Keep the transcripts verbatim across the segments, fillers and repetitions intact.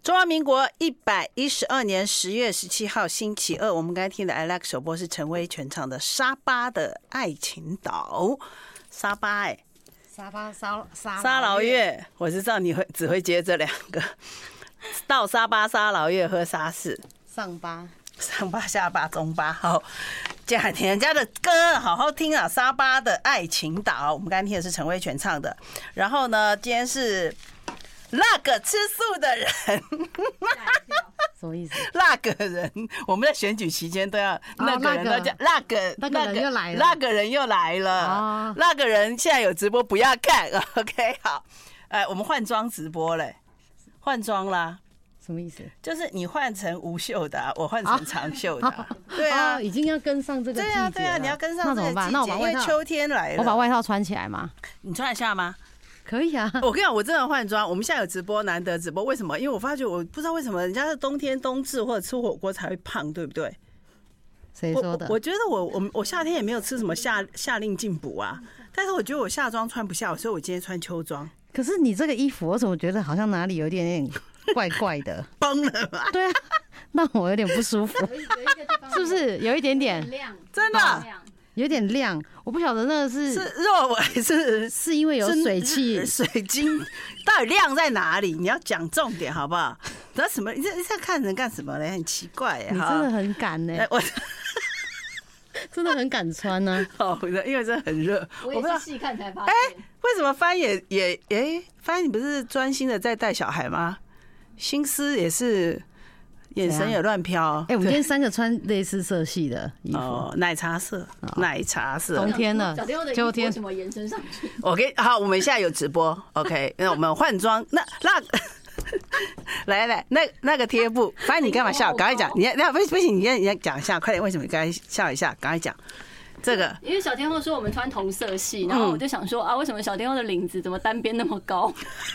中华民国一百一十二年十月十七号星期二，我们刚才听的 Alex 首播是陈威全唱的《沙巴的爱情岛》。沙巴哎、欸， 沙巴沙沙沙劳越，我是知道你会只会接这两个。到沙巴沙劳越喝沙士， 上巴上巴下巴中巴。好，接下来听人家的歌，好好听啊！沙巴的爱情岛，我们刚才听的是陈威全唱的。然后呢，今天是那个吃素的人， 什么意思？ 那个人，我们在选举期间都要那个人都讲那个那个人又来了， 那个人又来了，那个人现在有直播，不要看。OK， 好，呃，我们换装直播嘞。换装啦， 什么意思？ 就是你换成无袖的、啊，我换成长袖的、啊。对啊、 哦，已经要跟上这个季节了。 对啊，对啊，你要跟上这个季节。那怎么办？那我把外套，因为秋天来了， 我把外套穿起来吗？ 你穿得下吗？ 可以啊。 我跟你讲，我真的换装。我们现在有直播，难得直播，为什么？因为我发觉我不知道为什么人家是冬天冬至或者吃火锅才会胖，对不对？ 谁说的？ 我, 我觉得我我我夏天也没有吃什么夏夏令进补啊，但是我觉得我夏装穿不下，所以我今天穿秋装。 可是你这个衣服，我怎么觉得好像哪里有一点点怪怪的？ 崩了吧？ 对啊，那我有点不舒服，是不是有一点点亮？ 真的有点亮，我不晓得那个是是肉还是是因为有水汽、 水晶，到底亮在哪里？你要讲重点好不好？那什么？你这你在看人干什么呢？很奇怪耶！ 你真的很敢呢， 我真的很敢穿呢、 啊。哦，因为真的很热， 我也是细看才发现。 哎，为什么帆也也哎，帆你不是专心的在带小孩吗？心思也是。眼神也乱飘。 哎，我们今天三个穿类似色系的衣服， 哦，奶茶色，奶茶色。 冬天了，秋天为什么延伸上去？ 我给好，我们现在有直播 ，OK， 那我们换装。那那来来，那那个贴布，反正你干嘛笑？赶快讲，你要不不行，你要你要讲一下，快点，为什么你刚才笑一下？赶快讲。这个， 因为小天后说我们穿同色系，然后我就想说啊，为什么小天后的领子怎么单边那么高？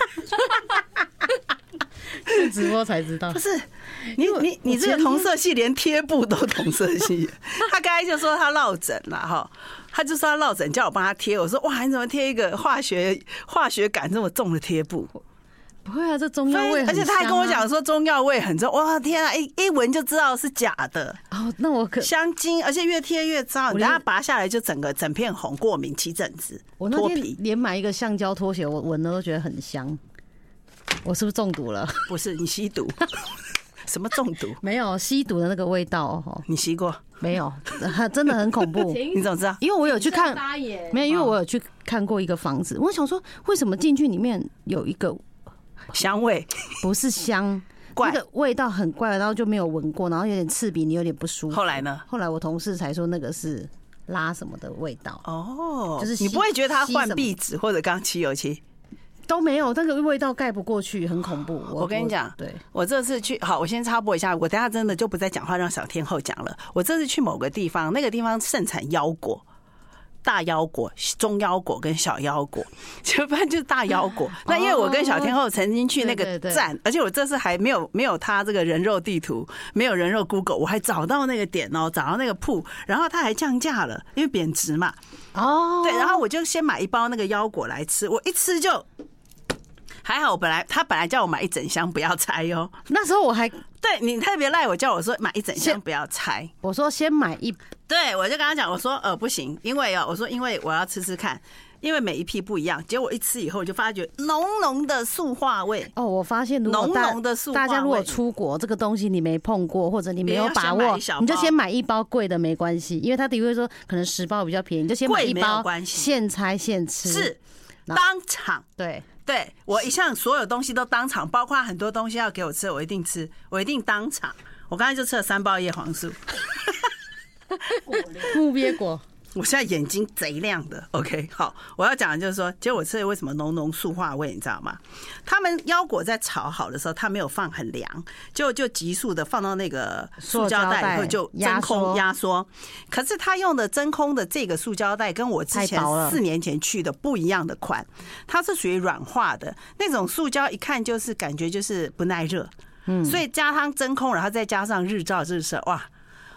直播才知道， 不是你你你这个同色系连贴布都同色系。他刚才就说他落枕了哈，他就说他落枕，叫我帮他贴。我说哇，你怎么贴一个化学化学感这么重的贴布？ 不会啊，这中药味很香、啊， 而且他还跟我讲说中药味很重。哇天啊，一一闻就知道是假的。 哦，那我可香精，而且越贴越糟。你等下拔下来就整个整片红，过敏起疹子。 我那天连买一个橡胶拖鞋，我闻了都觉得很香。我是不是中毒了？ 不是，你吸毒。什么中毒？ 没有吸毒的那个味道哦。 你吸过？ 没有，真的很恐怖。 你怎么知道？ 因为我有去看，没有，因为我有去看过一个房子。我想说，为什么进去里面有一个香味？ 不是香，那个味道很怪，然后就没有闻过，然后有点刺鼻，你有点不舒服。 后来呢？ 后来我同事才说那个是拉什么的味道。 哦， 就是你不会觉得他换壁纸或者刚漆油漆？ 都没有，那个味道盖不过去，很恐怖。 我, 我跟你讲， 对， 我这次去，好，我先插播一下，我等一下真的就不再讲话，让小天后讲了。我这次去某个地方，那个地方盛产腰果，大腰果、中腰果跟小腰果，就反正就是大腰果。那因为我跟小天后曾经去那个站，而且我这次还没有没有他这个人肉地图，没有人肉 Google， 我还找到那个点哦，找到那个铺，然后他还降价了，因为贬值嘛。 哦， 对，然后我就先买一包那个腰果来吃，我一吃就。还好，我本来他本来叫我买一整箱，不要拆哦。 那时候我还对你特别赖我，叫我说买一整箱，不要拆。 我说先买一， 对我就跟他讲，我说呃不行，因为哦，我说因为我要吃吃看，因为每一批不一样。结果一吃以后，就发觉浓浓的塑化味。 哦，我发现浓浓的塑化味。 大家如果出国这个东西你没碰过，或者你没有把握，你就先买一包贵的没关系，因为他的确说可能十包比较便宜，你就先买一包，现拆现吃， 是当场对。 对，我一向所有东西都当场，包括很多东西要给我吃，我一定吃，我一定当场。我刚才就吃了三包叶黄素， 木鳖果。 我现在眼睛贼亮的 ，OK， 好，我要讲的就是说，结果我吃的为什么浓浓塑化味，你知道吗？他们腰果在炒好的时候，他没有放很凉，就就急速的放到那个塑胶袋以后就真空压缩。可是他用的真空的这个塑胶袋跟我之前四年前去的不一样的款，它是属于软化的那种塑胶，一看就是感觉就是不耐热，嗯，所以加上真空，然后再加上日照日射，哇！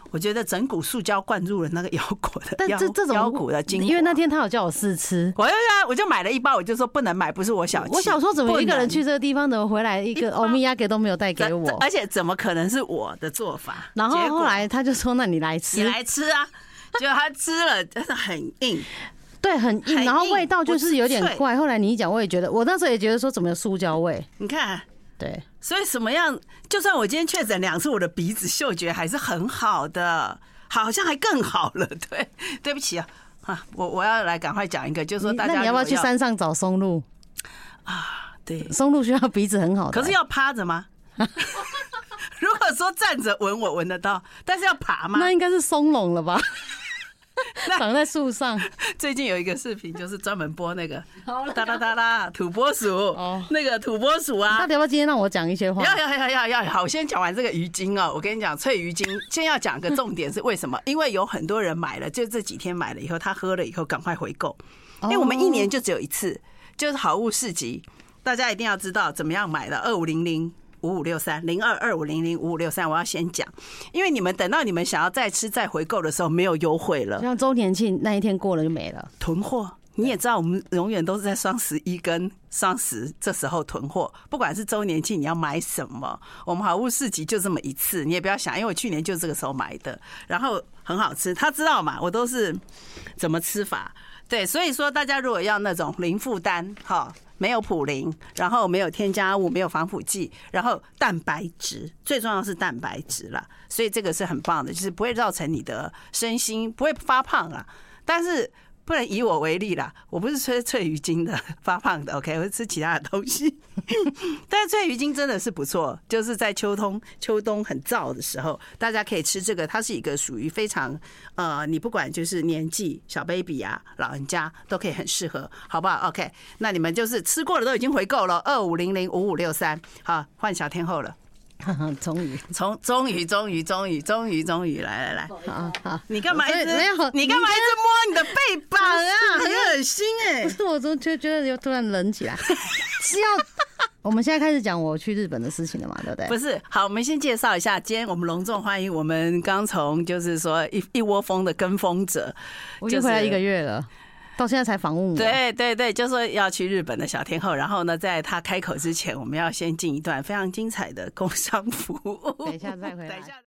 我觉得整股塑胶灌入了那个腰果的， 但这这种腰果的精华， 因为那天他有叫我试吃， 我就我就买了一包，我就说不能买，不是我小气。 我想说，怎么一个人去这个地方，怎么回来一个欧米亚给都没有带给我？ 而且怎么可能是我的做法？ 然后后来他就说：“那你来吃， 你来吃啊！”结果他吃了，真的很硬。 对，很硬，然后味道就是有点怪。后来你一讲，我也觉得，我那时候也觉得说，怎么有塑胶味？ 你看。 对， 所以什么样？就算我今天确诊两次，我的鼻子嗅觉还是很好的，好像还更好了。对，对不起啊，啊，我我要来赶快讲一个，就是说大家那你要不要去山上找松露啊？对， 松露需要鼻子很好的， 可是要趴着吗？如果说站着闻，我闻得到，但是要爬吗？ 那应该是松茸了吧？长在树上。 最近有一个视频，就是专门播那个哒哒哒哒土拨鼠，那个土拨鼠啊。 到底要不要今天让我讲一些话？ 要要要要要！好，我先讲完这个鱼精哦。我跟你讲，翠鱼精，先要讲个重点是为什么？因为有很多人买了，就这几天买了以后，他喝了以后赶快回购，因为我们一年就只有一次，就是好物市集，大家一定要知道怎么样买的。二五零零。五五六三零二二五零零五五六三，我要先讲，因为你们等到你们想要再吃再回购的时候，没有优惠了。 像周年庆那一天过了就没了， 囤货。你也知道，我们永远都是在双十一跟双十这时候囤货，不管是周年庆你要买什么，我们好物市集就这么一次，你也不要想，因为我去年就这个时候买的，然后很好吃，他知道嘛，我都是怎么吃法。对，所以说大家如果要那种零负担哈。没有普林，然后没有添加物，没有防腐剂，然后蛋白质，最重要是蛋白质啦，所以这个是很棒的，就是不会造成你的身心不会发胖啦，但是不能以我为例啦，我不是吃翠鱼精的发胖的 ，OK， 我是吃其他的东西。但是翠鱼精真的是不错，就是在秋冬秋冬很燥的时候，大家可以吃这个，它是一个属于非常呃，你不管就是年纪小 baby 啊，老人家都可以很适合，好不好 ？OK， 那你们就是吃过了都已经回购了，二五零零五五六三，好，换小天后了。 终于， 从终于，终于，终于，终于，终于，来来来， 好好， 你干嘛一直没有？ 你干嘛一直摸你的背膀啊？很恶心哎！ 不是，我就就觉得又突然冷起来，是要。我们现在开始讲我去日本的事情了嘛，对不对？ 不是，好，我们先介绍一下，今天我们隆重欢迎我们刚从就是说一一窝蜂的跟风者， 我已经回来一个月了。到现在才访问我， 对对对，就说要去日本的小天后，然后呢，在他开口之前，我们要先进一段非常精彩的工商服务。 等一下再回来。等一下。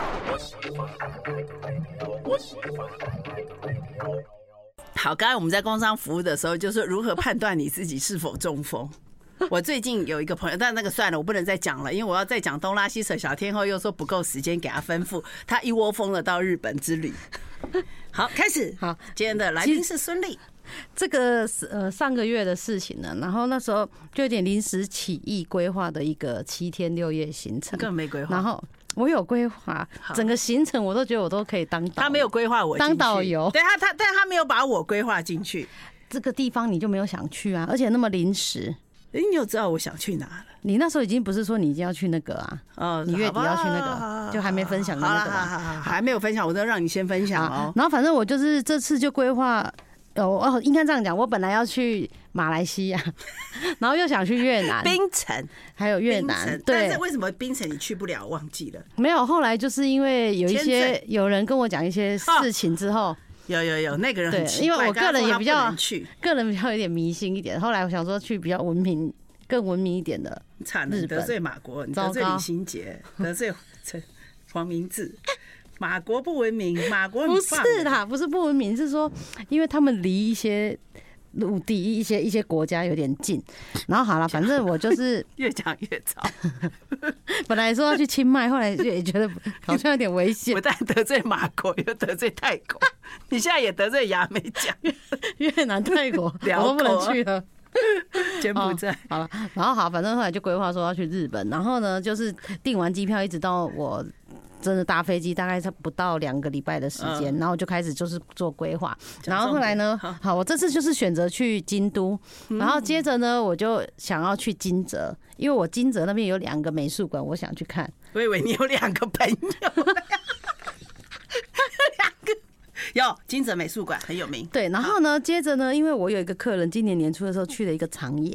好，刚才我们在工商服务的时候，就是如何判断你自己是否中风。我最近有一个朋友，但那个算了，我不能再讲了，因为我要再讲东拉西扯，小天后又说不够时间给他吩咐，他一窝蜂的到日本之旅。好，开始。好，今天的来宾是孙俪。 这个呃上个月的事情呢，然后那时候就有点临时起意规划的一个七天六夜行程， 根本没规划。 然后我有规划，整个行程我都觉得我都可以当导。 他没有规划我当导游， 对他他但他没有把我规划进去。 这个地方你就没有想去啊，而且那么临时。 哎，你有知道我想去哪了？ 你那时候已经不是说你已经要去那个啊？哦，你月底要去那个，就还没分享的那个嘛？ 还没有分享，我都让你先分享哦。 然后反正我就是这次就规划，哦哦，应该这样讲，我本来要去马来西亚，然后又想去越南、 槟城， 还有越南。对， 但是为什么槟城你去不了？忘记了？ 没有，后来就是因为有一些有人跟我讲一些事情之后。 有有有，那个人很奇怪， 因为我个人也比较去， 个人比较有点迷信一点。后来我想说去比较文明、更文明一点的日本，得罪马国，你得罪李心洁，得罪黄明志，马国不文明，马国不是啦，不是不文明，是说因为他们离一些陆地、一些一些国家有点近。然后好了，反正我就是越讲越糟。 本来说要去清迈，后来也觉得好像有点危险。 不但得罪马国，又得罪泰国，你现在也得罪亚美奖、 越南、泰国，我都不能去了。 柬埔寨、哦、 好了，然后好，反正后来就规划说要去日本，然后呢，就是订完机票，一直到我真的搭飞机，大概才不到两个礼拜的时间，嗯、然后就开始就是做规划。然后后来呢，好，我这次就是选择去京都，然后接着呢，我就想要去金泽，因为我金泽那边有两个美术馆，我想去看。 我以为你有两个朋友。有金泽美术馆很有名， 对。然后呢，接着呢，因为我有一个客人今年年初的时候去了一个长野，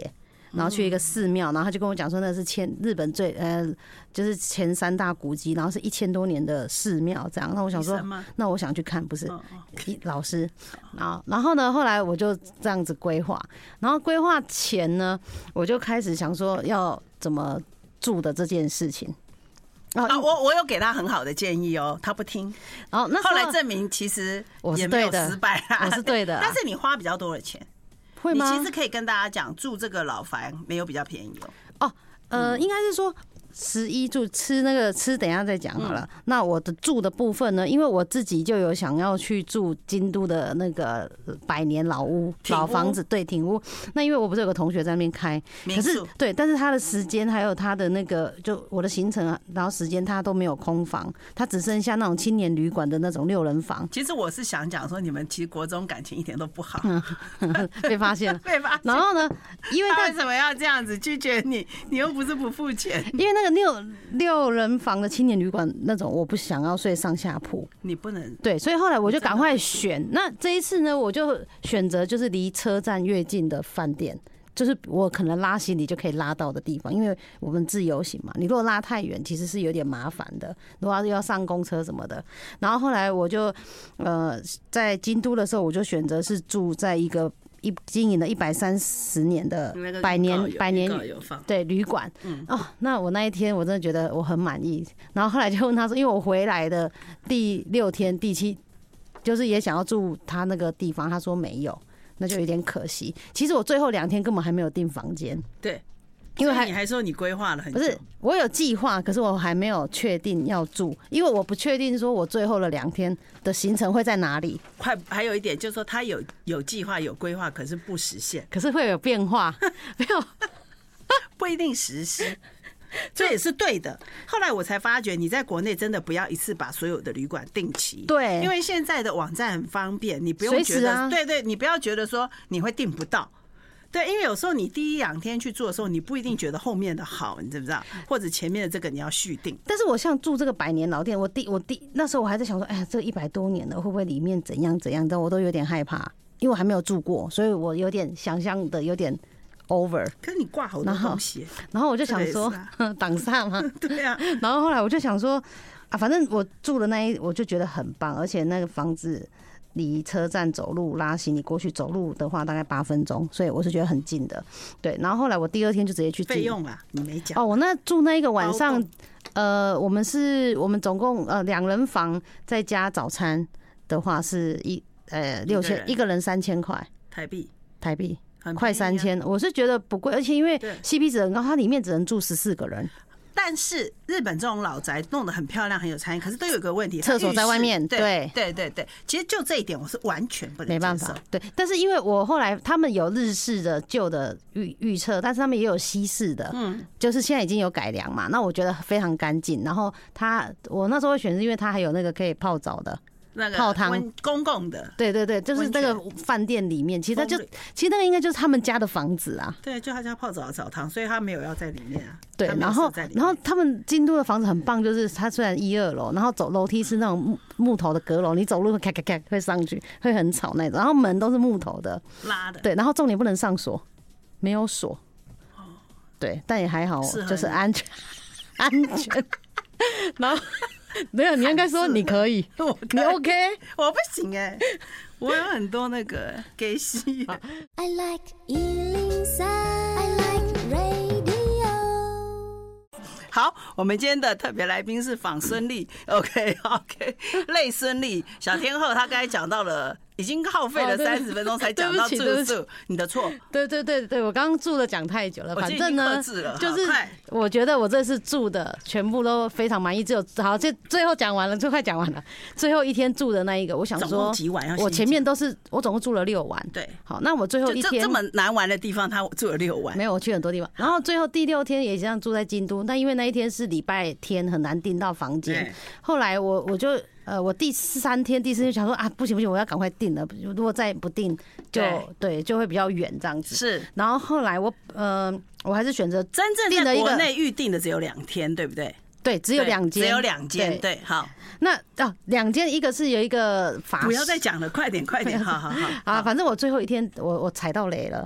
然后去一个寺庙，然后他就跟我讲说那是前日本最呃就是前三大古迹，然后是一千多年的寺庙这样。那我想说，那我想去看，不是老师。然后然后呢，后来我就这样子规划，然后规划前呢，我就开始想说要怎么住的这件事情。 啊，我我有给他很好的建议哦，他不听。 然后那后来证明其实我是对的，失败啦， 我是对的。 但是你花比较多的钱， 会吗？ 你其实可以跟大家讲，住这个老房没有比较便宜哦。 哦，呃，应该是说。食衣住吃那个吃，等一下再讲好了。嗯、那我的住的部分呢？因为我自己就有想要去住京都的那个百年老屋、老房子，对，挺屋。那因为我不是有个同学在那边开，可是对，但是他的时间还有他的那个，就我的行程，然后时间他都没有空房，他只剩下那种青年旅馆的那种六人房。 其实我是想讲说，你们其实国中感情一点都不好， 被发现了， 被发现。 然后呢，因为他为什么要这样子拒绝你？你又不是不付钱， 因为那个。六六人房的青年旅馆那种，我不想要睡上下铺， 你不能对，所以后来我就赶快选。那这一次呢，我就选择就是离车站越近的饭店，就是我可能拉行李就可以拉到的地方，因为我们自由行嘛，你如果拉太远，其实是有点麻烦的，如果要上公车什么的。然后后来我就呃在京都的时候，我就选择是住在一个。一经营了一百三十年的百年百年对旅馆，哦，那我那一天我真的觉得我很满意。然后后来就问他说，因为我回来的第六天、第七，就是也想要住他那个地方，他说没有，那就有点可惜。其实我最后两天根本还没有订房间， 对。因为你还说你规划了很久， 不是我有计划，可是我还没有确定要住，因为我不确定说我最后的两天的行程会在哪里。 快，还有一点就是说他有有计划有规划，可是不实现， 可是会有变化，没有不一定实施，这也是对的。后来我才发觉，你在国内真的不要一次把所有的旅馆订齐， 对， 因为现在的网站很方便，你不用觉得，啊、对对，你不要觉得说你会订不到。对，因为有时候你第一两天去做的时候，你不一定觉得后面的好，你知不知道？或者前面的这个你要续订。 但是我像住这个百年老店，我第我第那时候我还在想说，哎呀，这一百多年了，会不会里面怎样怎样的，我都有点害怕，因为我还没有住过，所以我有点想象的有点 over。 可是你挂好多东西， 然后我就想说，挡煞吗？ 对啊。 然后后来我就想说，啊，反正我住的那一，我就觉得很棒，而且那个房子。离车站走路拉行李过去走路的话，大概八分钟，所以我是觉得很近的。对，然后后来我第二天就直接去费用啊，你没讲哦。我那住那一个晚上，呃，我们是我们总共呃两人房再加早餐的话是一呃六千一个人三千块台币， 台币快三千，我是觉得不贵，而且因为 C P 值很高，它里面只能住十四个人。 但是日本这种老宅弄得很漂亮，很有餐饮，可是都有一个问题， 厕所在外面。 对对对对，其实就这一点我是完全不能接受， 没办法。对，但是因为我后来他们有日式的旧的预预测，但是他们也有西式的，嗯，就是现在已经有改良嘛。那我觉得非常干净。然后他我那时候会选是因为他还有那个可以泡澡的。 那个泡汤公共的， 对对对，就是那个饭店里面，其实他就其实那个应该就是他们家的房子啊。 对，就他家泡澡澡堂，所以他没有要在里面啊。 对，然后然后他们京都的房子很棒，就是它虽然一二楼，然后走楼梯是那种木木头的阁楼，你走路会咔咔咔会上去，会很吵那种。然后门都是木头的拉的， 对，然后重点不能上锁，没有锁。对，但也还好，就是安全安全。然后。没有，你应该说你可以，你 OK， 我不行哎、欸，我有很多那个给戏。I like 一零三 I like radio。好，我们今天的特别来宾是访孙俪 ，OK OK， 类孙俪小天后，她刚才讲到了。已经耗费了三十分钟才讲到住宿，你的错。 对对对对，我刚刚住的讲太久了，反正呢，就是我觉得我这次住的全部都非常满意，只有好，这最后讲完了，最快讲完了。最后一天住的那一个，我想说，我前面都是我总共住了六晚。对，好，那我最后一天这么难玩的地方，他住了六晚。 没有，我去很多地方。然后最后第六天也这样住在京都，但因为那一天是礼拜天，很难订到房间。后来我我就。呃，我第三天、第四天想说啊，不行不行，我要赶快订了。如果再不订，就 对, 对就会比较远这样子。 是。 然后后来我呃，我还是选择真正在国内预定的只有两天，对不对？ 对，只有两间， 只有两间。对，好。 那啊，两间一个是有一个法， 不要再讲了，快点快点，好好好。 啊，反正我最后一天我我踩到雷了。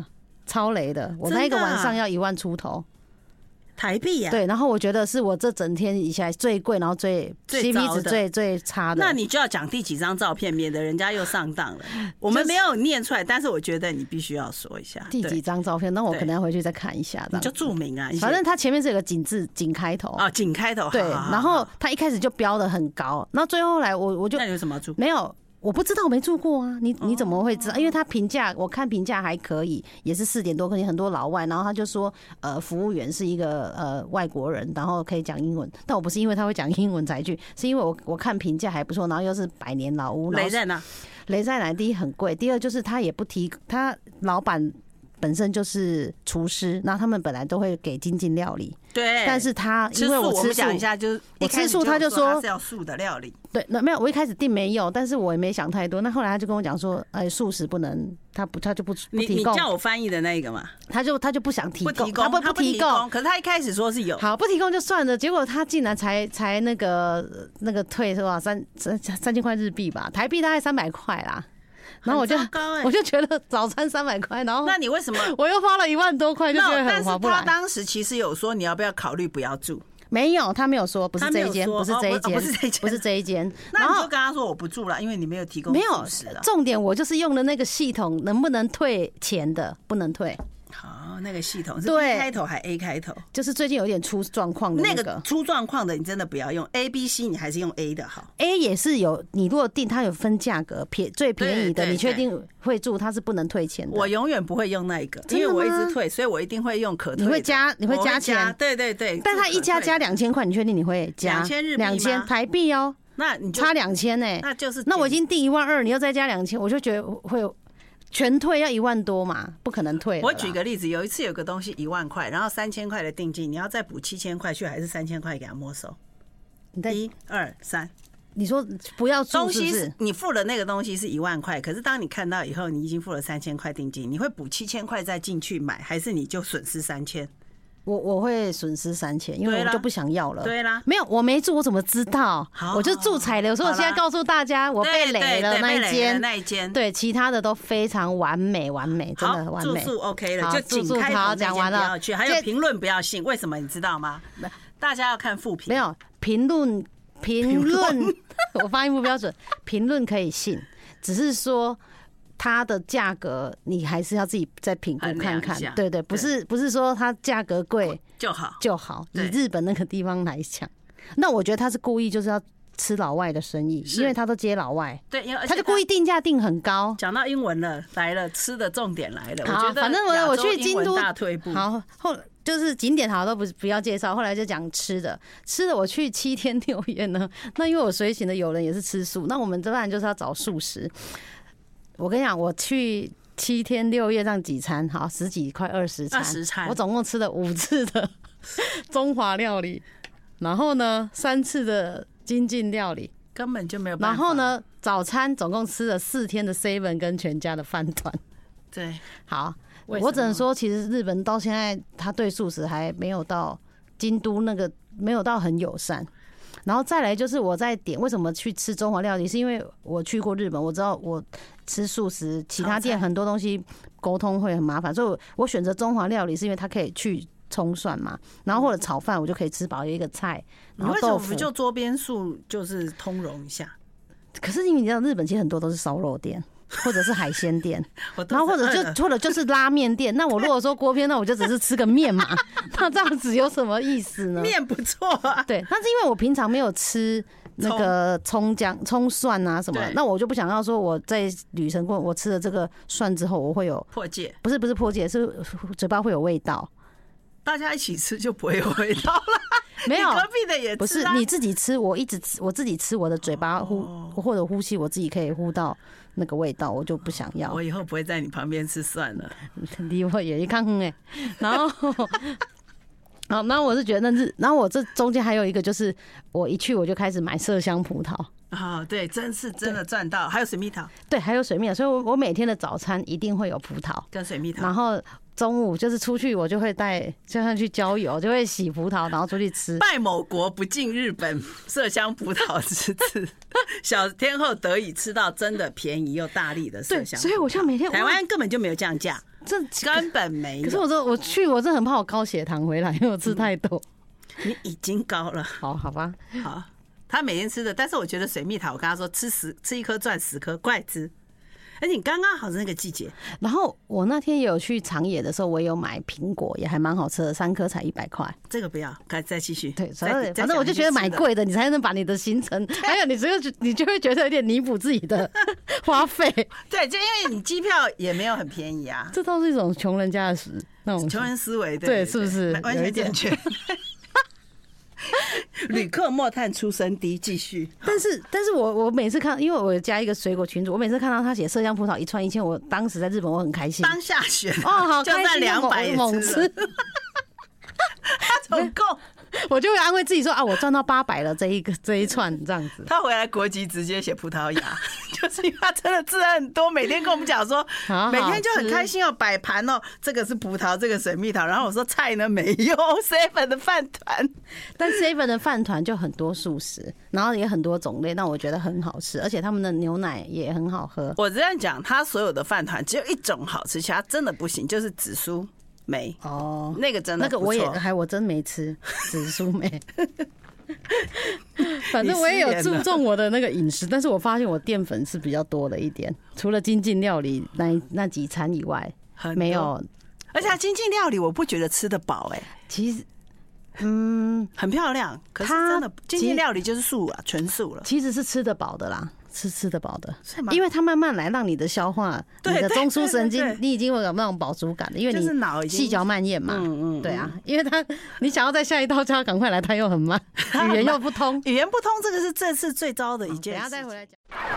超雷的。我那一个晚上要一万出头。 台币呀、啊， 对，然后我觉得是我这整天以下最贵，然后最 C P 值最最差的。 那你就要讲第几张照片，免得人家又上当了。我们没有念出来，但是我觉得你必须要说一下第几张照片。那我可能要回去再看一下。 你就注明啊， 反正它前面是有个井字，井开头啊，井开头。 对，然后它一开始就标的很高，然后最后来我我就那你有什么注？ 没有。我不知道，我没住过啊，你你怎么会知道？因为他评价，我看评价还可以，也是四点多，可能很多老外，然后他就说，呃，服务员是一个呃外国人，然后可以讲英文，但我不是因为他会讲英文才去，是因为我我看评价还不错，然后又是百年老屋。 雷在哪？ 雷在哪？第一很贵，第二就是他也不提，他老板本身就是厨师，然后他们本来都会给精进料理。 对， 但是他因为我吃素， 我讲一下，就是我吃素，他就说他是要素的料理。 对，那没有，我一开始订没有，但是我也没想太多。那后来他就跟我讲说，哎，素食不能，他不，他就不不提供。 你叫我翻译的那个嘛， 他就他就不想提供， 不提供， 他不不提供。 可是他一开始说是有， 好，不提供就算了。结果他竟然才才那个那个退是吧？三三三千块日币吧，台币大概三百块啦。然后我就、欸、我就觉得早餐三百块，然后那你为什么我又花了一万多块，就觉得很划不来。 但是他当时其实有说你要不要考虑不要住， 没有，他没有说，不是这一间，不是这一间， 不是这一间， 不是这一间。 那你就跟他说我不住了，因为你没有提供没有重点，我就是用的那个系统，能不能退钱的，不能退。 好，那个系统是 B 开头还 A 开头？ 就是最近有点出状况的那个。 那个出状况的，你真的不要用 A、B、C， 你还是用 A 的好。 A 也是有，你如果订它有分价格，便最便宜的，你确定会住，它是不能退钱的。 我永远不会用那一个，因为我一直退，所以我一定会用可退的。 你会加，你会加钱？ 对对对。 但它一加加两千块，你确定你会加？ 两千日币吗？ 两千台币哦。 那你差两千呢？ 那就是那我已经订一万二，你又再加两千，我就觉得会有。全退要一万多嘛，不可能退。 我举个例子，有一次有个东西一万块，然后三千块的定金，你要再补七千块去，还是三千块给他没收？一二三， 你说不要住是不是？ 东西是你付的那个东西是一万块，可是当你看到以后，你已经付了三千块定金，你会补七千块再进去买，还是你就损失三千？ 我我会损失三千，因为我就不想要了。 对啦， 没有，我没住，我怎么知道？我就住踩雷，所以我现在告诉大家，我被雷了那一间， 那一间， 对，其他的都非常完美，完美，真的完美。 住宿 OK 了，就井开头讲完了，不要去。还有评论不要信，为什么你知道吗？大家要看负评， 没有评论，评论，我发音不标准，评论可以信，只是说。它的价格你还是要自己再评估看看，对对，不是不是说它价格贵就好就好。以日本那个地方来讲，那我觉得他是故意就是要吃老外的生意，因为他都接老外， 对， 他就故意定价定很高。 讲到英文了，来了，吃的重点来了。我觉得反正我我去京都大退步。 好，后就是景点好都不不要介绍，后来就讲吃的。吃的我去七天六夜呢，那因为我随行的友人也是吃素，那我们当然就是要找素食。我跟你讲，我去七天六夜这样几餐，好十几块二十餐， 二十餐， 我总共吃了五次的中华料理，然后呢三次的精进料理， 根本就没有办法。 然后呢早餐总共吃了四天的 seven 跟全家的饭团。 对， 好，我只能说，其实日本到现在他对素食还没有到京都那个没有到很友善。然后再来就是我在点为什么去吃中华料理，是因为我去过日本，我知道我吃素食，其他店很多东西沟通会很麻烦，所以我选择中华料理是因为它可以去葱蒜嘛，然后或者炒饭我就可以吃饱有一个菜，然后豆腐。 你为什么不就桌边素就是通融一下？ 可是因为你知道日本其实很多都是烧肉店。或者是海鲜店，然后或者就或者就是拉面店。那我如果说锅边，那我就只是吃个面嘛。那这样子有什么意思呢？ 面不错啊。 对，但是因为我平常没有吃那个葱姜、葱蒜啊什么，那我就不想要说我在旅程过我吃了这个蒜之后，我会有破戒。 不是不是破戒，是嘴巴会有味道。 大家一起吃就不会有味道了。 没有， 隔壁的也吃、啊、 不是你自己吃，我一直吃，我自己吃，我的嘴巴呼、哦、或者呼吸，我自己可以呼到那个味道，我就不想要。 我以后不会在你旁边吃蒜了， 离我远一看哎。然后，好，然后我是觉得那是，然后我这中间还有一个就是，我一去我就开始买麝香葡萄。 啊、哦，对，真是真的赚到，还有水蜜桃。 对，还有水蜜桃，所以我我每天的早餐一定会有葡萄跟水蜜桃， 然后。中午就是出去，我就会带，就像去郊游，就会洗葡萄，然后出去吃。 拜某国不进日本，麝香葡萄之赐。小天后得以吃到真的便宜又大力的麝香葡萄。 所以我就每天台湾根本就没有降价。 这根本没有。 可是我说我去，我真的很怕我高血糖回来，因为我吃太多。 你已经高了， 好好吧， 好。他每天吃的，但是我觉得水蜜桃，我跟他说吃十吃一颗赚十颗，快吃。而且你刚刚好是那个季节。 然后我那天也有去长野的时候，我也有买苹果，也还蛮好吃的，三颗才一百块。 这个不要，再再继续。 对，反正反正我就觉得买贵的，你才能把你的行程，还有你只有你就会觉得有点弥补自己的花费。 对，就因为你机票也没有很便宜啊。 这都是一种穷人家的那种穷人思维，对， 对，是不是完全正确？旅客莫叹出身低，继续。 但是，但是我我每次看，因为我加一个水果群组，我每次看到他写麝香葡萄一串一千，我当时在日本我很开心。 当下选哦，好开心， 就算两百也吃了。他总共， 我就会安慰自己说啊，我赚到八百了，这一个这一串这样子。 他回来国籍直接写葡萄牙，就是因为他真的吃很多，每天跟我们讲说，每天就很开心哦，摆盘哦，这个是葡萄，这个水蜜桃。然后我说菜呢没有 ，seven 的饭团， 但 seven 的饭团就很多素食，然后也很多种类，但我觉得很好吃，而且他们的牛奶也很好喝。 我这样讲，他所有的饭团只有一种好吃，其他真的不行，就是紫苏。梅哦， 那个真的那个我也还我真没吃紫苏梅，反正我也有注重我的那个饮食，但是我发现我淀粉是比较多的一点，除了精进料理那那几餐以外，没有。 而且精进料理我不觉得吃得饱哎， 其实嗯很漂亮，可是真的精进料理就是素啊，纯素了， 其实是吃得饱的啦。是吃得饱的，因为它慢慢来，让你的消化、你的中枢神经，你已经会有那种饱足感的，因为你细嚼慢咽嘛。嗯嗯，对啊，因为它你想要在下一道叫它赶快来，它又很慢，语言又不通， 语言不通，这个是这次最糟的一件事。等下再回来讲。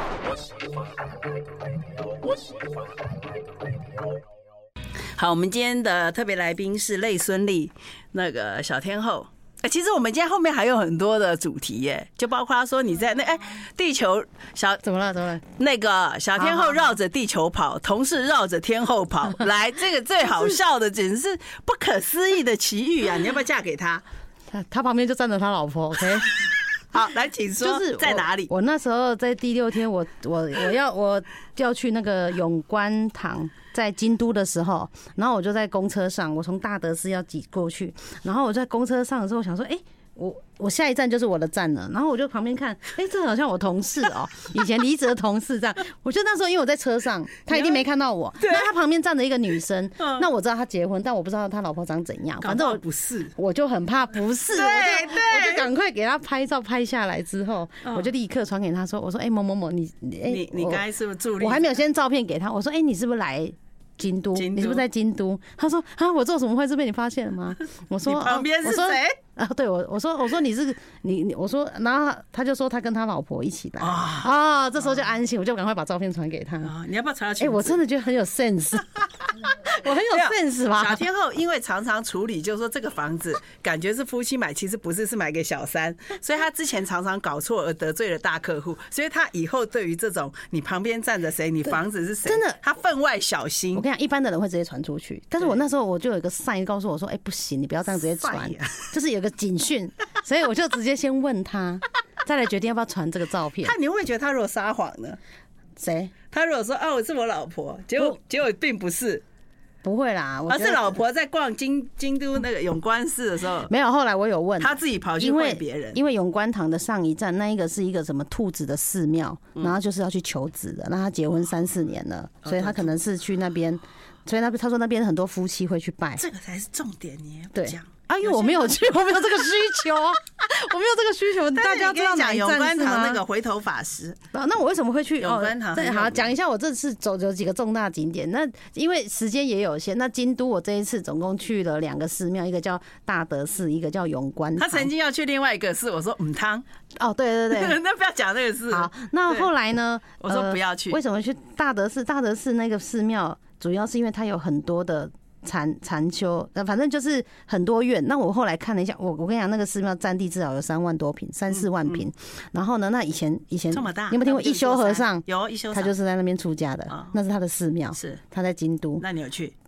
好，我们今天的特别来宾是类孙俪，那个小天后。其实我们今天后面还有很多的主题耶，就包括他说你在那哎，地球小怎么了？怎么了？ 那个小天后绕着地球跑，同事绕着天后跑，来，这个最好笑的简直是不可思议的奇遇啊！你要不要嫁给他？ 他他旁边就站着他老婆 ，OK。 好，来，请说，就是在哪里？ 我那时候在第六天，我我我要我要去那个永观堂，在京都的时候，然后我就在公车上，我从大德寺要挤过去，然后我在公车上的时候，我想说，哎、欸。我我下一站就是我的站了，然后我就旁边看，哎、欸，这好像我同事哦、喔，以前离职的同事这样。我就那时候因为我在车上，他一定没看到我。那他旁边站着一个女生，那我知道他结婚，但我不知道他老婆长怎样。反正我不是， 我就很怕不是， 对我就我就赶快给他拍照拍下来之后，我就立刻传给他说，我说，哎、欸，某某某，你哎、 欸，你你刚才是不是助理？ 我还没有先照片给他，我说，哎、欸，你是不是来？京都，你是不是在京都？他说啊，我做什么坏事被你发现了吗？我说旁边是谁？ 啊，对我我说我说你是你你我说，然后他就说他跟他老婆一起来啊，这时候就安心，我就赶快把照片传给他。 你要不要传下去？ 哎，我真的觉得很有 sense， 我很有 sense 吧？ 小天后因为常常处理，就是说这个房子感觉是夫妻买，其实不是，是买给小三，所以他之前常常搞错而得罪了大客户，所以他以后对于这种你旁边站着谁，你房子是谁， 真的他分外小心。 我跟你讲，一般的人会直接传出去，但是我那时候我就有一个 sign 告诉我说，哎，不行，你不要这样直接传，就是有个警讯，所以我就直接先问他，再来决定要不要传这个照片。 那你会不会觉得他如果撒谎呢？ 谁？ 他如果说哦，我是我老婆，结果结果并不是。 不会啦， 而是老婆在逛京京都那个永观寺的时候， 没有。后来我有问， 他自己跑去会别人， 因为永观堂的上一站那一个是一个什么兔子的寺庙，然后就是要去求子的。那他结婚三四年了，所以他可能是去那边，所以他他说那边很多夫妻会去拜， 这个才是重点，你也不讲。 啊，因为我没有去，我没有这个需求，我没有这个需求。大家知道哪一站是吗？ 永观堂那个回头法师。 那我为什么会去永观堂？ 好，讲一下我这次走有几个重大景点。那因为时间也有限，那京都我这一次总共去了两个寺庙，一个叫大德寺，一个叫永观堂。 他曾经要去另外一个寺，我说母汤。 哦，对对对， 那不要讲那个寺。 好，那后来呢？ 我说不要去。 为什么去大德寺？大德寺那个寺庙主要是因为它有很多的。禅禅修，反正就是很多院。那我后来看了一下，我我跟你讲，那个寺庙占地至少有三万多坪，三四万坪。然后呢，那以前以前这么大， 你有没有听过一休和尚？ 有一休， 他就是在那边出家的，那是他的寺庙， 是他在京都。 那你有去？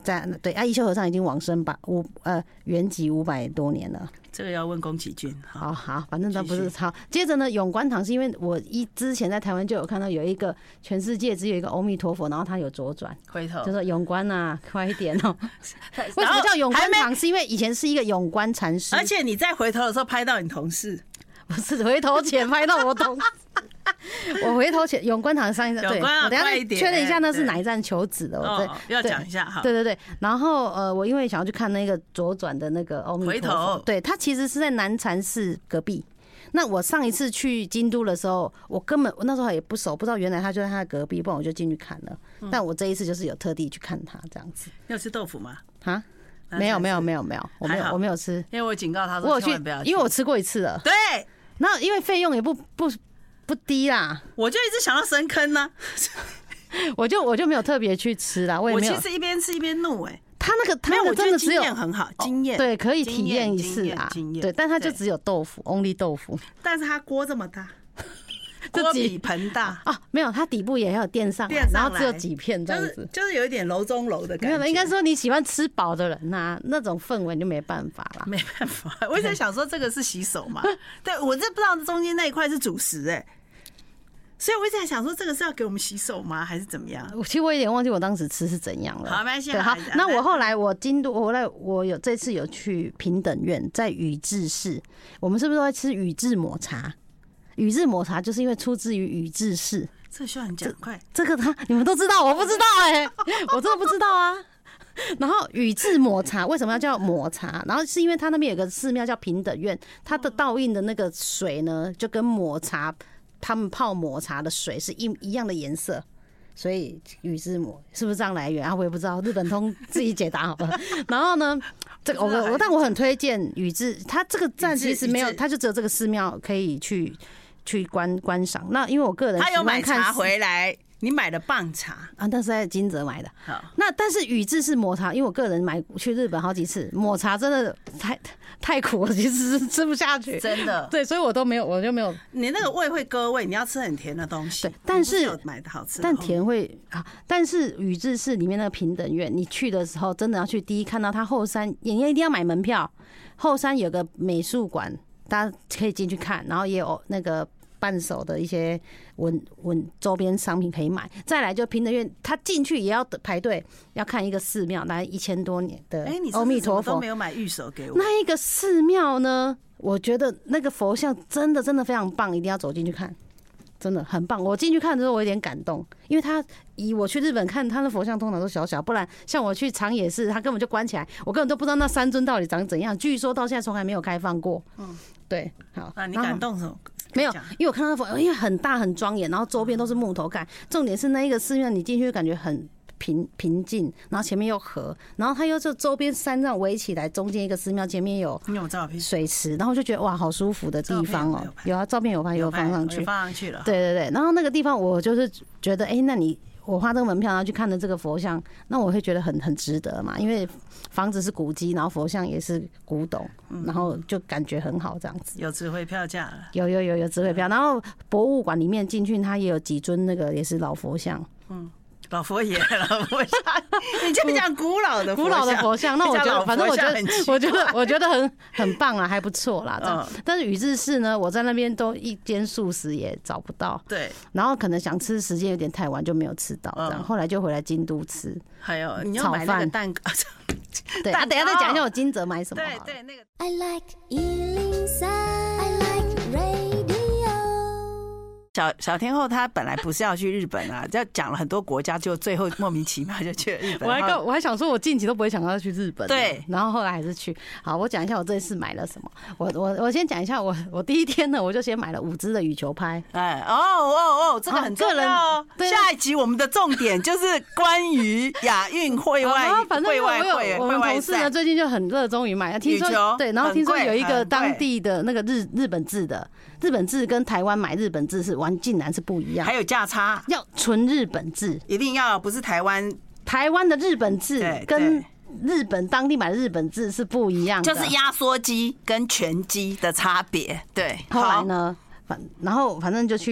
在对啊，一休和尚已经往生吧，五呃圆寂五百多年了。 这个要问宫崎骏。 好好，反正他不是超。接着呢，永观堂是因为我一之前在台湾就有看到有一个全世界只有一个阿弥陀佛，然后他有左转， 回头就说永观啊，快一点哦、喔。为什么叫永观堂？是因为以前是一个永观禅师， 而且你在回头的时候拍到你同事， 不是回头前拍到我同事。我回头前永观堂上一站，对，我等一下确认一下那是哪一站求子的，我对要讲一下哈。 对对对，然后呃，我因为想要去看那个左转的那个阿弥陀佛，回头，对，它其实是在南禅寺隔壁。那我上一次去京都的时候，我根本我那时候也不熟，不知道原来他就在他的隔壁，不然我就进去看了。但我这一次就是有特地去看他这样子。 你有吃豆腐吗？ 啊？没有没有没有没有，我没有我没有吃， 因为我警告他说千万不要去， 因为我吃过一次了。 对， 然后因为费用也不不。不低啦， 我就一直想要深坑呢、 啊，我就我就没有特别去吃啦，我也没有。 我其实一边吃一边怒哎、欸， 他那个他那个真的只有经验很好，经验、 哦、对，可以体验一次啊，对，但他就只有豆腐 ，only 豆腐。 但是它锅这么大，锅比盆大啊，没有，它底部也要有垫上来，然后只有几片这样子， 就是就是有一点楼中楼的感觉。 没有，应该说你喜欢吃饱的人呐、啊，那种氛围就没办法啦。 没办法，我一直想说这个是洗手嘛，对我这不知道中间那一块是主食哎、欸。所以我一直在想说，这个是要给我们洗手吗，还是怎么样？ 其实我有点忘记我当时吃是怎样了。 好，没关系。 对，好，那我后来我京都，我来我有这次有去平等院，在宇治市，我们是不是都在吃宇治抹茶？宇治抹茶就是因为出自于宇治市。 这需要你讲快。 这个他你们都知道，我不知道哎、欸，我真的不知道啊。然后宇治抹茶为什么要叫抹茶？然后是因为它那边有个寺庙叫平等院，它的倒映的那个水呢，就跟抹茶。他们泡抹茶的水是一一样的颜色，所以宇治抹是不是这样来源啊？我也不知道，日本通自己解答好了。然后呢，这个我我但我很推荐宇治，它这个站其实没有，它就只有这个寺庙可以去去观观赏。那因为我个人他有买茶回来。你买的棒茶啊，那是在金泽买的。那但是宇治是抹茶，因为我个人买去日本好几次，抹茶真的太太苦了，其实吃不下去， 真的。 对，所以我都没有，我就没有。 你那个胃会割胃，你要吃很甜的东西。 对，但是有买的好吃的， 但甜会啊。但是宇治市里面那个平等院，你去的时候真的要去第一看到它后山，你一定要买门票。后山有个美术馆，大家可以进去看，然后也有那个。伴手的一些文文周边商品可以买，再来就平等院，他进去也要排队，要看一个寺庙，大概一千多年的阿弥陀佛。 都没有买玉手给我。 那一个寺庙呢，我觉得那个佛像真的真的非常棒，一定要走进去看，真的很棒。我进去看的时候，我有点感动，因为他以我去日本看他的佛像通常都小小，不然像我去长野市，他根本就关起来，我根本都不知道那三尊到底长怎样。据说到现在从来没有开放过。嗯，对，好。 啊，你感动什么？ 没有，因为我看到佛，因为很大很庄严，然后周边都是木头盖。重点是那一个寺庙，你进去感觉很平平静，然后前面有河，然后它又就周边山这样围起来，中间一个寺庙，前面有水池，然后就觉得哇，好舒服的地方哦。有啊，照片有拍，有放上去， 放上去了。 对对对，然后那个地方我就是觉得，哎，那你。我花这个门票，然后去看的这个佛像，那我会觉得很很值得嘛，因为房子是古迹，然后佛像也是古董，然后就感觉很好这样子。 有值回票价了， 有有有有值回票，然后博物馆里面进去，它也有几尊那个也是老佛像， 嗯。老佛爷，老佛像，你就讲古老的古老的佛像，那我觉得，反正我觉得，我觉得，我觉得很很棒啦，还不错啦。这样，但是宇治市呢，我在那边都一间素食也找不到。 对。 然后可能想吃时间有点太晚，就没有吃到。这样，后来就回来京都吃。 还有，你要买那个蛋糕。 对啊，等一下再讲一下我金泽买什么。 对对，那个。 I like 一零三 I like radio。 小小天后她本来不是要去日本啊，就讲了很多国家，就最后莫名其妙就去了日本。 我还我还想说，我近期都不会想到去日本。 对， 然后后来还是去。好，我讲一下我这一次买了什么。我我我先讲一下我我第一天呢，我就先买了五支的羽球拍。 哎哦哦哦，这个很重要哦。下一集我们的重点就是关于亚运会外会外会我们同事呢最近就很热衷于买，听说对，然后听说有一个当地的那个日日本制的。日本制跟台湾买日本制是完竟然是不一样， 还有价差， 要纯日本制， 一定要不是台湾台湾的日本制跟日本当地买的日本制是不一样的， 就是压缩机跟全机的差别。对， 后来呢，反然后反正就去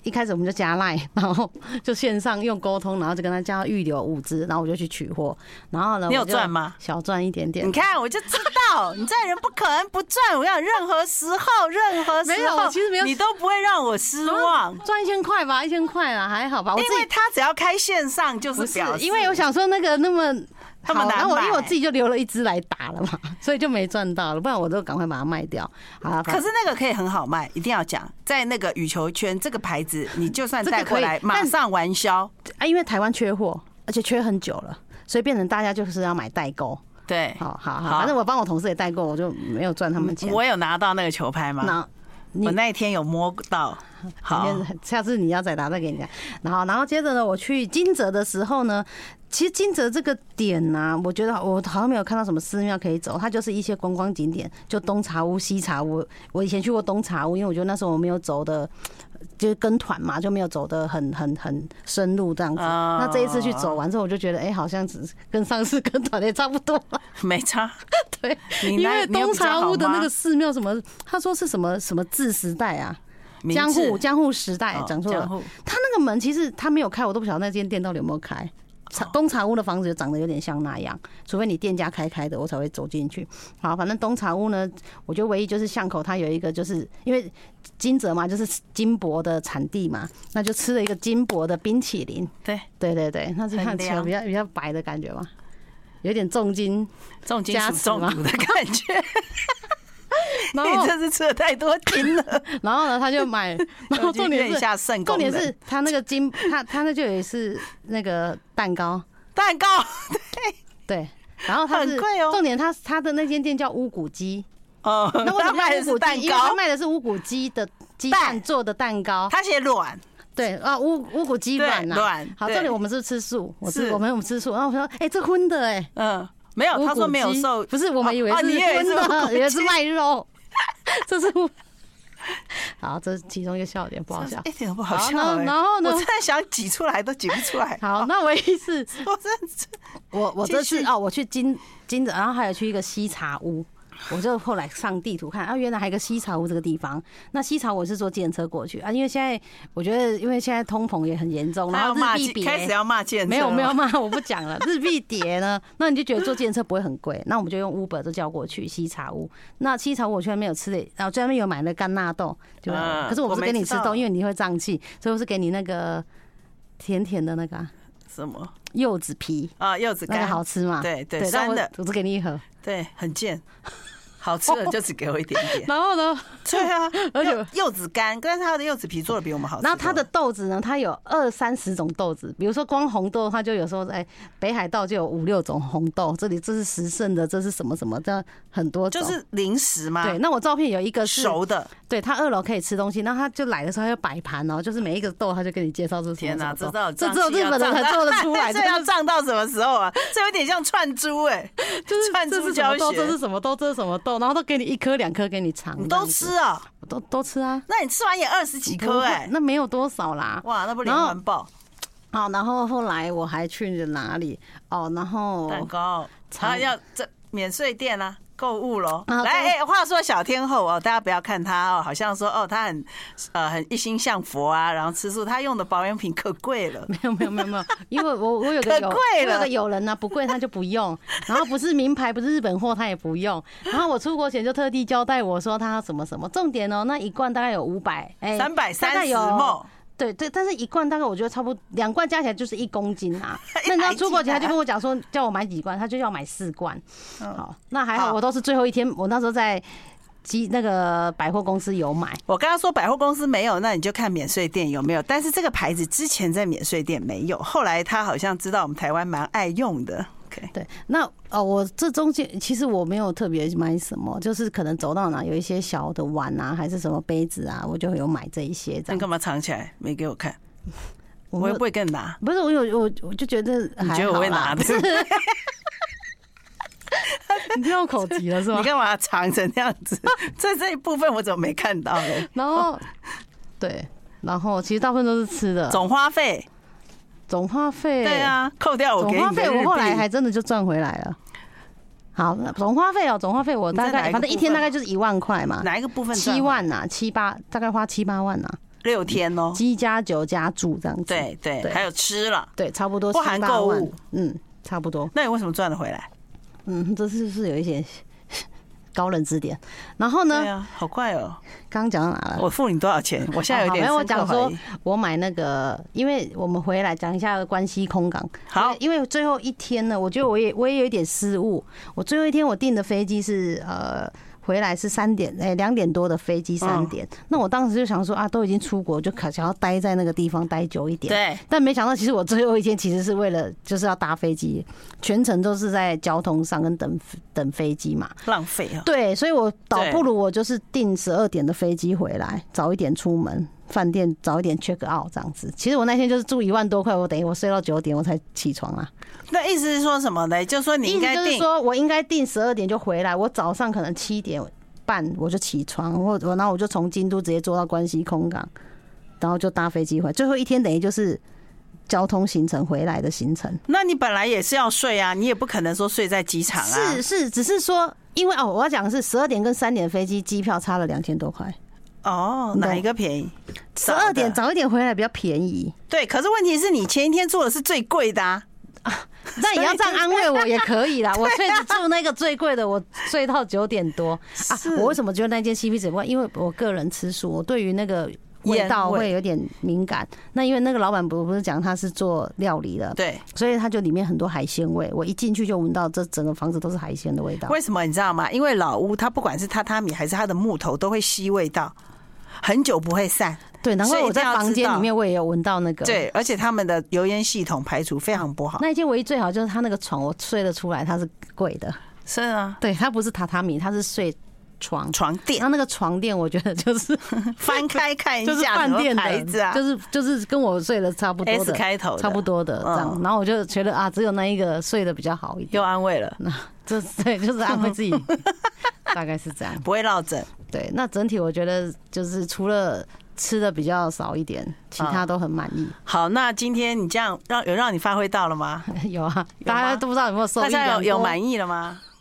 一开始我们就加赖，然后就线上用沟通，然后就跟他叫预留物资，然后我就去取货，然后呢， 你有赚吗？ 小赚一点点。 你看，我就知道你这人不可能不赚。我想任何时候，任何时候， 没有，其实没有， 你都不会让我失望。 赚一千块吧，一千块啦，还好吧。 因为他只要开线上就是表示， 因为我想说那个那么。 他们然后我因为我自己就留了一只来打了嘛，所以就没赚到了，不然我都赶快把它卖掉。好， 可是那个可以很好卖，一定要讲，在那个羽球圈这个牌子，你就算带过来，马上完销啊！因为台湾缺货，而且缺很久了，所以变成大家就是要买代购。 对， 好好好，反正我帮我同事也代购，我就没有赚他们钱。 我有拿到那个球拍吗？我那一天有摸到。好， 下次你要再打再给你讲。然后，然后接着呢，我去金泽的时候呢，其实金泽这个点呢、啊，我觉得我好像没有看到什么寺庙可以走，它就是一些观光景点，就东茶屋、西茶屋。我以前去过东茶屋，因为我觉得那时候我没有走的，就是跟团嘛，就没有走的很很很深入这样子。那这一次去走完之后，我就觉得，哎、欸，好像只是跟上次跟团也差不多了， 没差。 对，因为东茶屋的那个寺庙什么，他说是什么什么字时代啊。江户江户时代讲错了，他那个门其实他没有开，我都不晓得那间店到底有没有开。东茶屋的房子就长得有点像那样，除非你店家开开的，我才会走进去。好，反正东茶屋呢，我觉得唯一就是巷口它有一个，就是因为金泽嘛，就是金箔的产地嘛，那就吃了一个金箔的冰淇淋。 对对对对，那就看起来比较比较白的感觉嘛，有点重金重金属中毒的感觉。你这是吃了太多金了。 然后呢，他就买，然后重点是，重点是他那个金，他他那就也是那个蛋糕， 蛋糕，对对。然后他是重点，他他的那间店叫乌骨鸡。哦，那为什么卖的是蛋糕？因为他卖的是乌骨鸡的鸡蛋做的蛋糕。 他写卵。 对啊，乌乌骨鸡卵呐。 卵。 好，这里我们是吃素，我吃我们我们吃素。然后我说，哎，这荤的哎。嗯。没有，他说没有瘦， 不是我们以为是荤的，以为是卖肉，这是好，这是其中一个笑点，不好笑， 一点都不好笑。 然后呢， 我真的想挤出来都挤不出来。 好，那我意思，我我这次哦，我去金金泽，然后还有去一个西茶屋。我就后来上地图看啊，原来还有个西茶屋这个地方。那西茶我是坐计程车过去啊，因为现在我觉得，因为现在通膨也很严重，然后日币跌， 开始要骂计程车， 没有没有骂，我不讲了。日币跌呢，那你就觉得坐计程车不会很贵，那我们就用 Uber 就叫过去西茶屋。那西茶屋我居然没有吃的，然后居然没有买那干纳豆，就可是我不是给你吃豆，因为你会胀气，所以我是给你那个甜甜的那个什么柚子皮啊，柚子干那个好吃嘛？ 对对，酸的， 我只给你一盒， 对，很贱。好吃的就只给我一点点， 然后呢？ 对啊，而且柚子干，但是它的柚子皮做的比我们好吃。 然后它的豆子呢，它有二三十种豆子，比如说光红豆，它就有时候在北海道就有五六种红豆，这里这是时盛的，这是什么什么，这样很多种。 就是零食吗？ 对，那我照片有一个是熟的， 对，他二楼可以吃东西，那他就来的时候他就摆盘哦，就是每一个豆他就跟你介绍这是什么。天哪， 这这只有日本人才做得出来， 这要胀到什么时候啊？这有点像串珠哎， 就是串珠教学， 这是什么豆，这是什么豆，然后都给你一颗两颗给你尝， 你都吃啊？ 都都吃啊？ 那你吃完也二十几颗哎， 那没有多少啦。 哇，那不连环爆。 好，然后后来我还去了哪里？哦，然后蛋糕，他要这免税店啊。购物喽，来，哎，话说小天后哦，大家不要看她哦，好像说哦，她很呃很一心向佛啊，然后吃素，她用的保养品可贵了。 没有没有没有没有，因为我我有个有我有个友人呢，不贵他就不用，然后不是名牌，不是日本货他也不用，然后我出国前就特地交代我说他什么什么，重点哦，那一罐大概有五百，哎， 三百三十毫。 对对，但是一罐大概我觉得差不多，两罐加起来就是一公斤啊。那你要出国前他就跟我讲说，叫我买几罐，他就要买四罐。好，那还好，我都是最后一天，我那时候在基那个百货公司有买。 我刚刚说百货公司没有，那你就看免税店有没有。但是这个牌子之前在免税店没有，后来他好像知道我们台湾蛮爱用的。 对，那哦，我这中间其实我没有特别买什么，就是可能走到哪有一些小的碗啊，还是什么杯子啊，我就有买这一些。 你干嘛藏起来没给我看？我又不会跟你拿。 不是，我有我我就觉得还好啦， 你觉得我会拿的？ 你这种口急了是吗？ 你干嘛藏成那样子？在这一部分我怎么没看到呢？ 然后对，然后其实大部分都是吃的， 总花费。 总花费对啊，扣掉我给你的日币， 总花费我后来还真的就赚回来了。好，总花费哦，总花费我大概反正一天大概就是一万块嘛。 哪一个部分？ 七万呐，七八大概花七八万呐。 六天哦， 机加酒加住这样子。 对对，还有吃了， 对，差不多不含购物， 嗯，差不多。 那你为什么赚得回来？ 嗯，这是不是有一些高人指点？然后呢？ 对啊，好快哦。 刚刚讲到哪了？ 我付你多少钱？我现在有点深刻怀疑。 我讲说，我买那个，因为我们回来讲一下关西空港。 好， 因为最后一天呢，我觉得我也我也有一点失误。我最后一天我订的飞机是呃。回来是三点，哎，两点多的飞机，三点。那我当时就想说啊，都已经出国，就可想要待在那个地方待久一点。 对。 但没想到，其实我最后一天其实是为了就是要搭飞机，全程都是在交通上跟等等飞机嘛， 浪费啊。 对，所以我倒不如我就是订十二点的飞机回来，早一点出门。饭店早一点 check out 这样子，其实我那天就是住一万多块，我等于我睡到九点我才起床啊。 那意思是说什么呢？就是说你应该定， 就是说我应该定十二点就回来，我早上可能七点半我就起床，或然后我就从京都直接坐到关西空港，然后就搭飞机回来。最后一天等于就是交通行程回来的行程。 那你本来也是要睡啊，你也不可能说睡在机场啊。 是是，只是说因为哦，我要讲的是十二点跟三点飞机机票差了两千多块。 哦，哪一个便宜？ 十二点早一点回来比较便宜。 对，可是问题是你前一天做的是最贵的啊。 那也要这样安慰我也可以啦。我睡住那个最贵的，我睡到九点多啊。我为什么觉得那间 C P 值不高？因为我个人吃素，我对于那个味道会有点敏感。那因为那个老板不不是讲他是做料理的， 对， 所以他就里面很多海鲜味。我一进去就闻到这整个房子都是海鲜的味道。 为什么你知道吗？因为老屋它不管是榻榻米还是它的木头都会吸味道。很久不会散， 对，然后我在房间里面我也有闻到那个， 对，而且他们的油烟系统排除非常不好。 那一间唯一最好就是他那个床，我睡得出来，它是贵的， 是啊， 对，它不是榻榻米，它是睡床床垫。 然后那个床垫，我觉得就是翻开看一下， 就是饭店的牌子啊， 就是就是跟我睡的差不多的 S 开头， 差不多的这样。然后我就觉得啊，只有那一个睡得比较好一点， 又安慰了。 那这对，就是安慰自己，大概是这样， 不会落枕。 对，那整体我觉得就是除了吃的比较少一点，其他都很满意。 好，那今天你这样让有让你发挥到了吗？ 有啊，大家都不知道有没有收益。 大家有有满意了吗？